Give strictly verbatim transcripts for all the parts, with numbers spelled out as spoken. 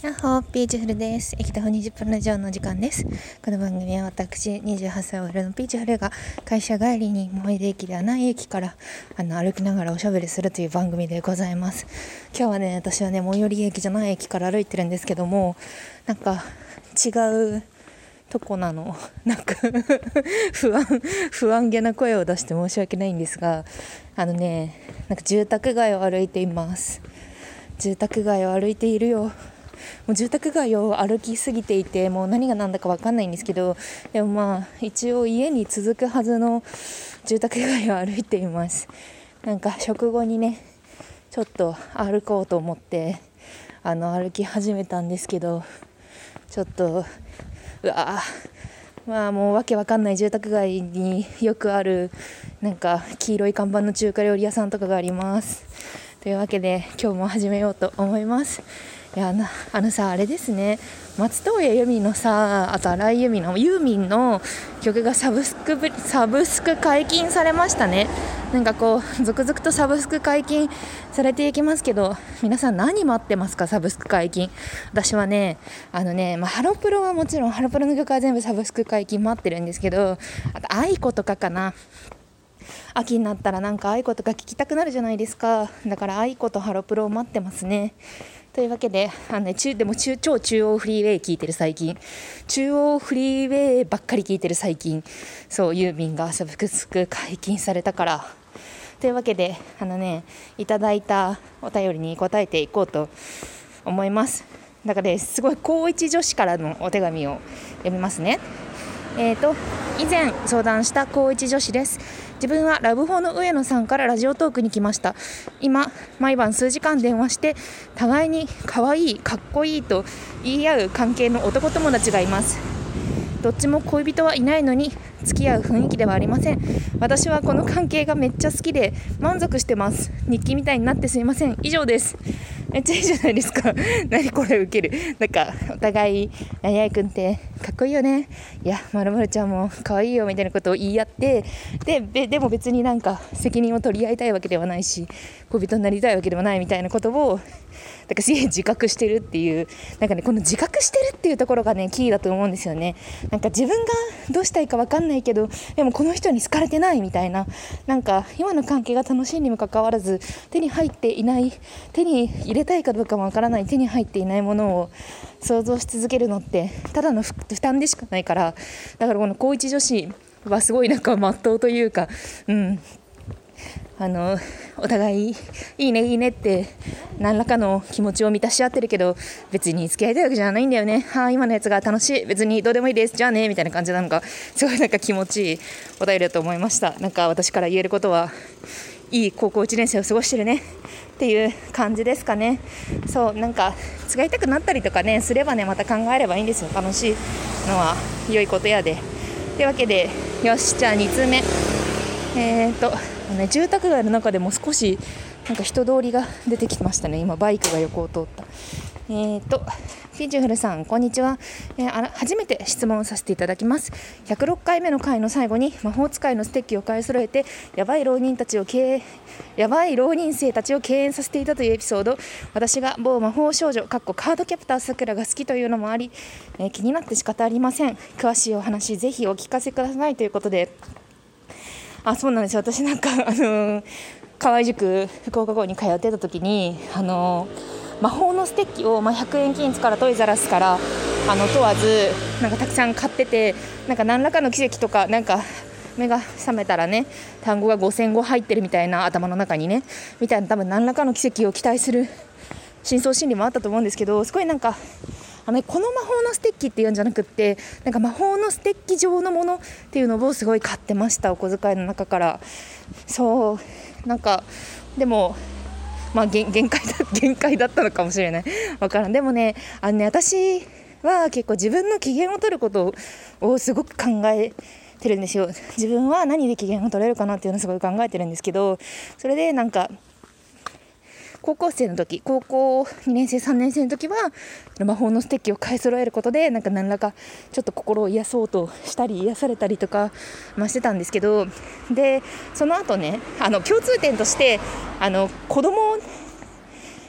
やっほー、ピーチフルです。駅徒歩にじゅっぷんラジオの時間です。この番組は私にじゅうはっさい オーエル のピーチフルが会社帰りに最寄り駅ではない駅からあの歩きながらおしゃべりするという番組でございます。今日はね、私はね最寄り駅じゃない駅から歩いてるんですけども、なんか違うとこなの。なんか不安不安げな声を出して申し訳ないんですが、あのねなんか住宅街を歩いています。住宅街を歩いているよ。もう住宅街を歩きすぎていて、もう何が何だか分かんないんですけど、でもまあ一応家に続くはずの住宅街を歩いています。なんか食後にねちょっと歩こうと思ってあの歩き始めたんですけど、ちょっとうわまあもうわけわかんない住宅街によくあるなんか黄色い看板の中華料理屋さんとかがあります。というわけで今日も始めようと思います。いやあの、あのさあれですね、松任谷由実のさ、あと荒井由実のユーミンの曲がサブスクサブスク解禁されましたね。なんかこう続々とサブスク解禁されていきますけど、皆さん何待ってますか？サブスク解禁。私はねあのね、まあ、ハロプロはもちろんハロプロの曲は全部サブスク解禁待ってるんですけど、あと愛子とかかな。秋になったらなんか愛子とか聞きたくなるじゃないですか。だから愛子とハロプロを待ってますね。というわけで、あのね、中でも中超中央フリーウェイ聞いてる最近、中央フリーウェイばっかり聞いてる最近、そうユーミンがサブスク解禁されたから。というわけで、あのねいただいたお便りに答えていこうと思います。だからすごい高一女子からのお手紙を読みますね。えーと以前相談した高一女子です。自分はラブホの上野さんからラジオトークに来ました。今毎晩数時間電話して互いに可愛いかっこいいと言い合う関係の男友達がいます。どっちも恋人はいないのに付き合う雰囲気ではありません。私はこの関係がめっちゃ好きで満足してます。日記みたいになってすいません。以上です。めっちゃいいじゃないですか。何これウケる。なんかお互いややいくんってかっこいいよね、いやまるまるちゃんも可愛いよみたいなことを言い合って、でででも別になんか責任を取り合いたいわけではないし恋人になりたいわけではないみたいなことをだからすげえ自覚してるっていう、なんかねこの自覚してるっていうところがねキーだと思うんですよね。なんか自分がどうしたいか分かんないけどでもこの人に好かれてないみたいな、なんか今の関係が楽しいにもかかわらず手に入っていない、手に入れたいかどうかも分からない、手に入っていないものを想像し続けるのってただの負担でしかないから、だからこの高一女子はすごいなんか真っ当というか、うんあのお互いいいねいいねって何らかの気持ちを満たし合ってるけど別に付き合いたいわけじゃないんだよね。はあ今のやつが楽しい、別にどうでもいいです、じゃあねみたいな感じなのがすごいなんか気持ちいいお便りだと思いました。なんか私から言えることはいい高校いちねん生を過ごしてるねっていう感じですかね。そうなんか使いたくなったりとかねすればねまた考えればいいんですよ。楽しいのは良いことやで。というわけでよし、じゃあに通目えーとね、住宅街の中でも少しなんか人通りが出てきましたね。今バイクが横を通った。えーとピーチフルさんこんにちは、えー、あら初めて質問させていただきます。ひゃくろっかいめの回の最後に魔法使いのステッキを買い揃えてやばい浪人たちを経営やばい浪人生たちを敬遠させていたというエピソード、私が某魔法少女カードキャプターさくらが好きというのもあり、えー、気になって仕方ありません。詳しいお話ぜひお聞かせくださいということで。あ、そうなんですよ。私なんかあのー、河合塾福岡校に通ってた時に、あのー、魔法のステッキを、まあ、ひゃくえん均一からトイザらスからあの問わずなんかたくさん買ってて、なんか何らかの奇跡とかなんか目が覚めたらね単語がごせん語入ってるみたいな、頭の中にねみたいな、多分何らかの奇跡を期待する深層心理もあったと思うんですけど、すごいなんかあのこの魔法のステッキっていうんじゃなくって、なんか魔法のステッキ状のものっていうのをすごい買ってました。お小遣いの中から。そうなんかでもまあ限界だ限界だったのかもしれない、わからん。でもねあのね私は結構自分の機嫌を取ることをすごく考えてるんですよ。自分は何で機嫌を取れるかなっていうのをすごい考えてるんですけど、それでなんか高校生の時、高校にねん生さんねん生の時は魔法のステッキを買い揃えることでなんか何らかちょっと心を癒そうとしたり癒されたりとか、まあ、してたんですけど、でその後ねあの共通点としてあの子供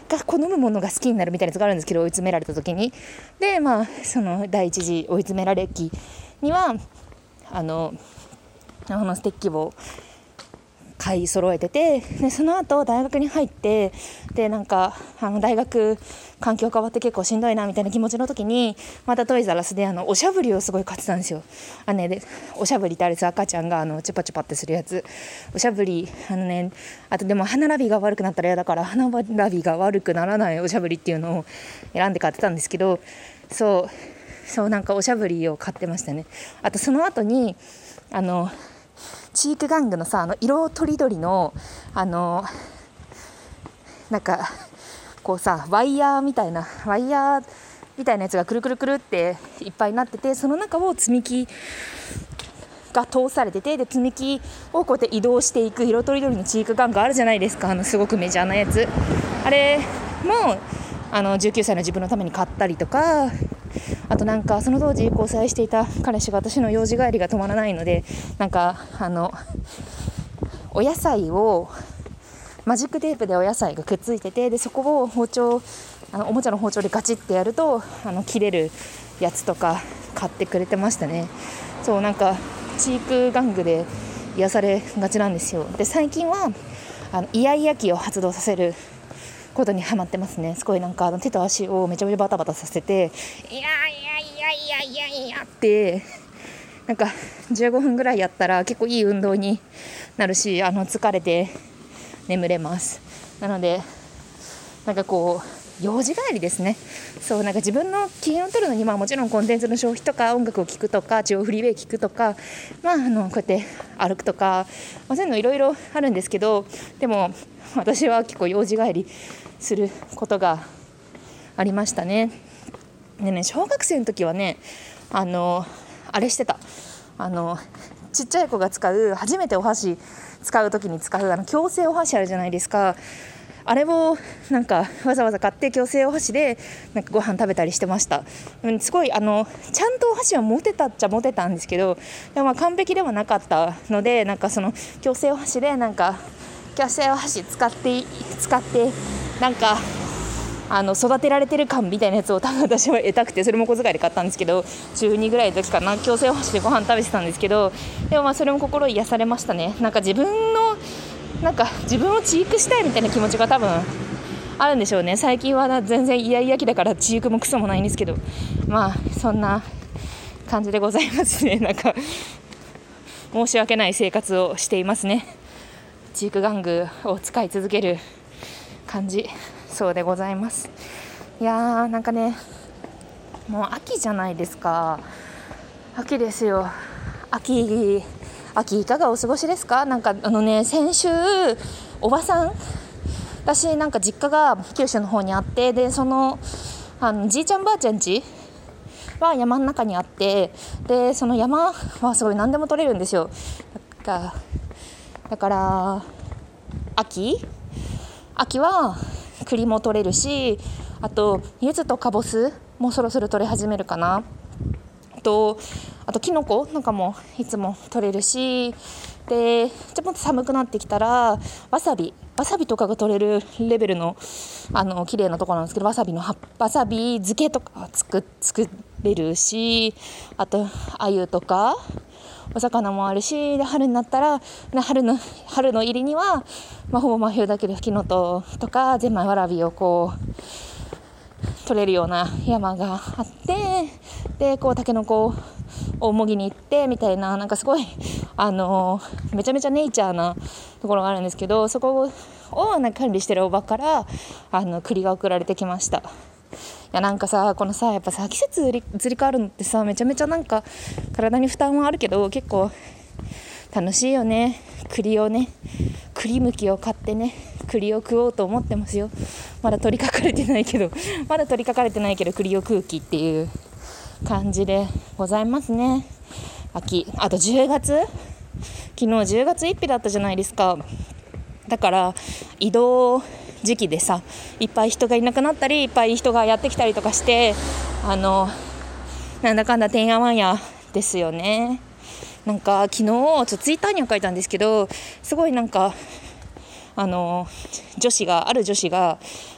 が好むものが好きになるみたいなやつがあるんですけど、追い詰められた時にで、まあその第一次追い詰められ期にはあのあのステッキを買い揃えてて、でその後大学に入って、でなんかあの大学環境変わって結構しんどいなみたいな気持ちの時に、またトイザらスであのおしゃぶりをすごい買ってたんですよ。あの、ね、でおしゃぶりってあれです、赤ちゃんがあのチュパチュパってするやつ、おしゃぶり、あのね、あとでも歯並びが悪くなったら嫌だから歯並びが悪くならないおしゃぶりっていうのを選んで買ってたんですけど、そうそうなんかおしゃぶりを買ってましたね。あとその後にあのチーク玩具のさ、あの色とりどりのあのなんかこうさワイヤーみたいなワイヤーみたいなやつがくるくるくるっていっぱいになってて、その中を積み木が通されてて、で積み木をこうやって移動していく色とりどりのチーク玩具あるじゃないですか。あのすごくメジャーなやつ、あれもあのじゅうきゅうさいの自分のために買ったりとか、あとなんかその当時交際していた彼氏が私の用事帰りが止まらないので、なんかあのお野菜をマジックテープでお野菜がくっついてて、でそこを包丁あのおもちゃの包丁でガチってやるとあの切れるやつとか買ってくれてましたね。そうなんかチーク玩具で癒されがちなんですよ。で最近はあのイヤイヤ期を発動させることにハマってますね。すごいなんかあの手と足をめちゃめちゃバタバタさせて、いやいやいやいやいやいやってなんかじゅうごふんぐらいやったら結構いい運動になるし、あの疲れて眠れます。なのでなんかこう用事帰りですね。そうなんか自分の機嫌を取るのに、まあもちろんコンテンツの消費とか音楽を聴くとか地方フリーウェイ聴くとか、まああのこうやって歩くとか、まあ、そういうのいろいろあるんですけど、でも私は結構用事帰りすることがありましたね。でね、小学生の時はね、あのあれしてた、あのちっちゃい子が使う初めてお箸使う時に使うあの矯正お箸あるじゃないですか。あれをなんかわざわざ買って矯正お箸でなんかご飯食べたりしてました。すごいあのちゃんとお箸は持てたっちゃ持てたんですけど、でもまあ完璧ではなかったので、なんかその矯正お箸でなんか矯正お箸使って使ってなんかあの育てられてる感みたいなやつを多分私は得たくて、それも小遣いで買ったんですけど、じゅうにぐらいの時かな、矯正お箸でご飯食べてたんですけど、でもまあそれも心癒されましたね。なんか自分のなんか自分をチークしたいみたいな気持ちが多分あるんでしょうね。最近は全然イヤイヤ期だからチークもクソもないんですけど、まあそんな感じでございますね。なんか申し訳ない生活をしていますね。チーク玩具を使い続ける感じ、そうでございます。いやーなんかね、もう秋じゃないですか。秋ですよ。秋秋いかがお過ごしですか。なんかあのね、先週おばさん、私なんか実家が九州の方にあって、でそのあのじいちゃんばあちゃん家は山の中にあって、でその山はすごい何でも取れるんですよ。だからだから秋秋は栗も取れるし、あと柚子とかぼすもそろそろ取れ始めるかな。あとあとキノコなんかもいつも取れるし、でちょっと寒くなってきたらわさびわさびとかが取れるレベルのあの綺麗なところなんですけど、わさびの葉わさび漬けとか作作れるし、あと鮎とかお魚もあるし、で春になったら春の春の入りには、まあ、ほぼ真冬だけどフキノトウとかゼンマイワラビをこう取れるような山があって、でこうタケノコをもぎに行ってみたいな、なんかすごいあのめちゃめちゃネイチャーなところがあるんですけど、そこをなんか管理してるおばからあの栗が送られてきました。いやなんかさ、このさやっぱさ季節移り変わるのってさ、めちゃめちゃなんか体に負担はあるけど結構楽しいよね。栗をね栗むきを買ってね栗を食おうと思ってますよ。まだ取り掛かれてないけどまだ取り掛かれてないけど栗を食う気っていう感じでございますね。秋、あとじゅうがつ、昨日じゅうがつついたちだったじゃないですか。だから移動時期でさ、いっぱい人がいなくなったりいっぱい人がやってきたりとかして、あのなんだかんだてんやわんやですよね。なんか昨日ちょっとツイッターには書いたんですけど、すごいなんかあの女子がある女子が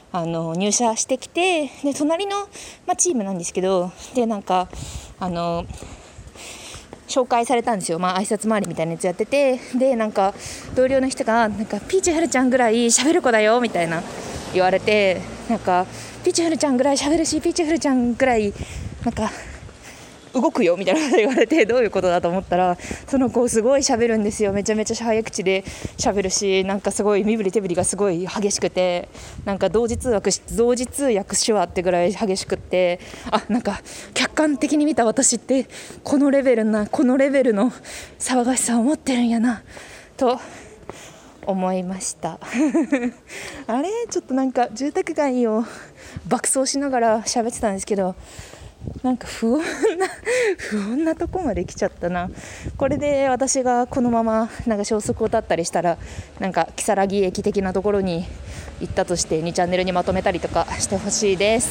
あの入社してきて、で隣の、まあ、チームなんですけど、でなんかあの紹介されたんですよ。まあ挨拶回りみたいなやつやってて、でなんか同僚の人がなんかピーチはるちゃんぐらい喋る子だよみたいな言われて、なんかピーチはるちゃんぐらい喋るし、ピーチはるちゃんぐらいなんか動くよみたいなこと言われて、どういうことだと思ったら、その子すごい喋るんですよ。めちゃめちゃ早口で喋るし、なんかすごい身振り手振りがすごい激しくて、なんか同時通訳同時通訳手話ってぐらい激しくって、あ、なんか客観的に見た私ってこのレベルなこのレベルの騒がしさを持ってるんやなと思いましたあれちょっとなんか住宅街を爆走しながら喋ってたんですけど、なんか不穏な不穏なとこまで来ちゃったな。これで私がこのままなんか消息を絶ったりしたら、なんか如月駅的なところに行ったとしてにチャンネルにまとめたりとかしてほしいです。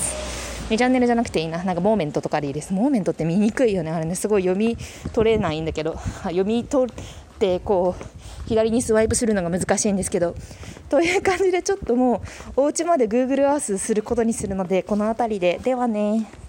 にチャンネルじゃなくていいな、なんかモーメントとかでいいです。モーメントって見にくいよね、あれね。すごい読み取れないんだけど、読み取ってこう左にスワイプするのが難しいんですけど、という感じでちょっともうお家まで Google Earth することにするので、この辺りでではね。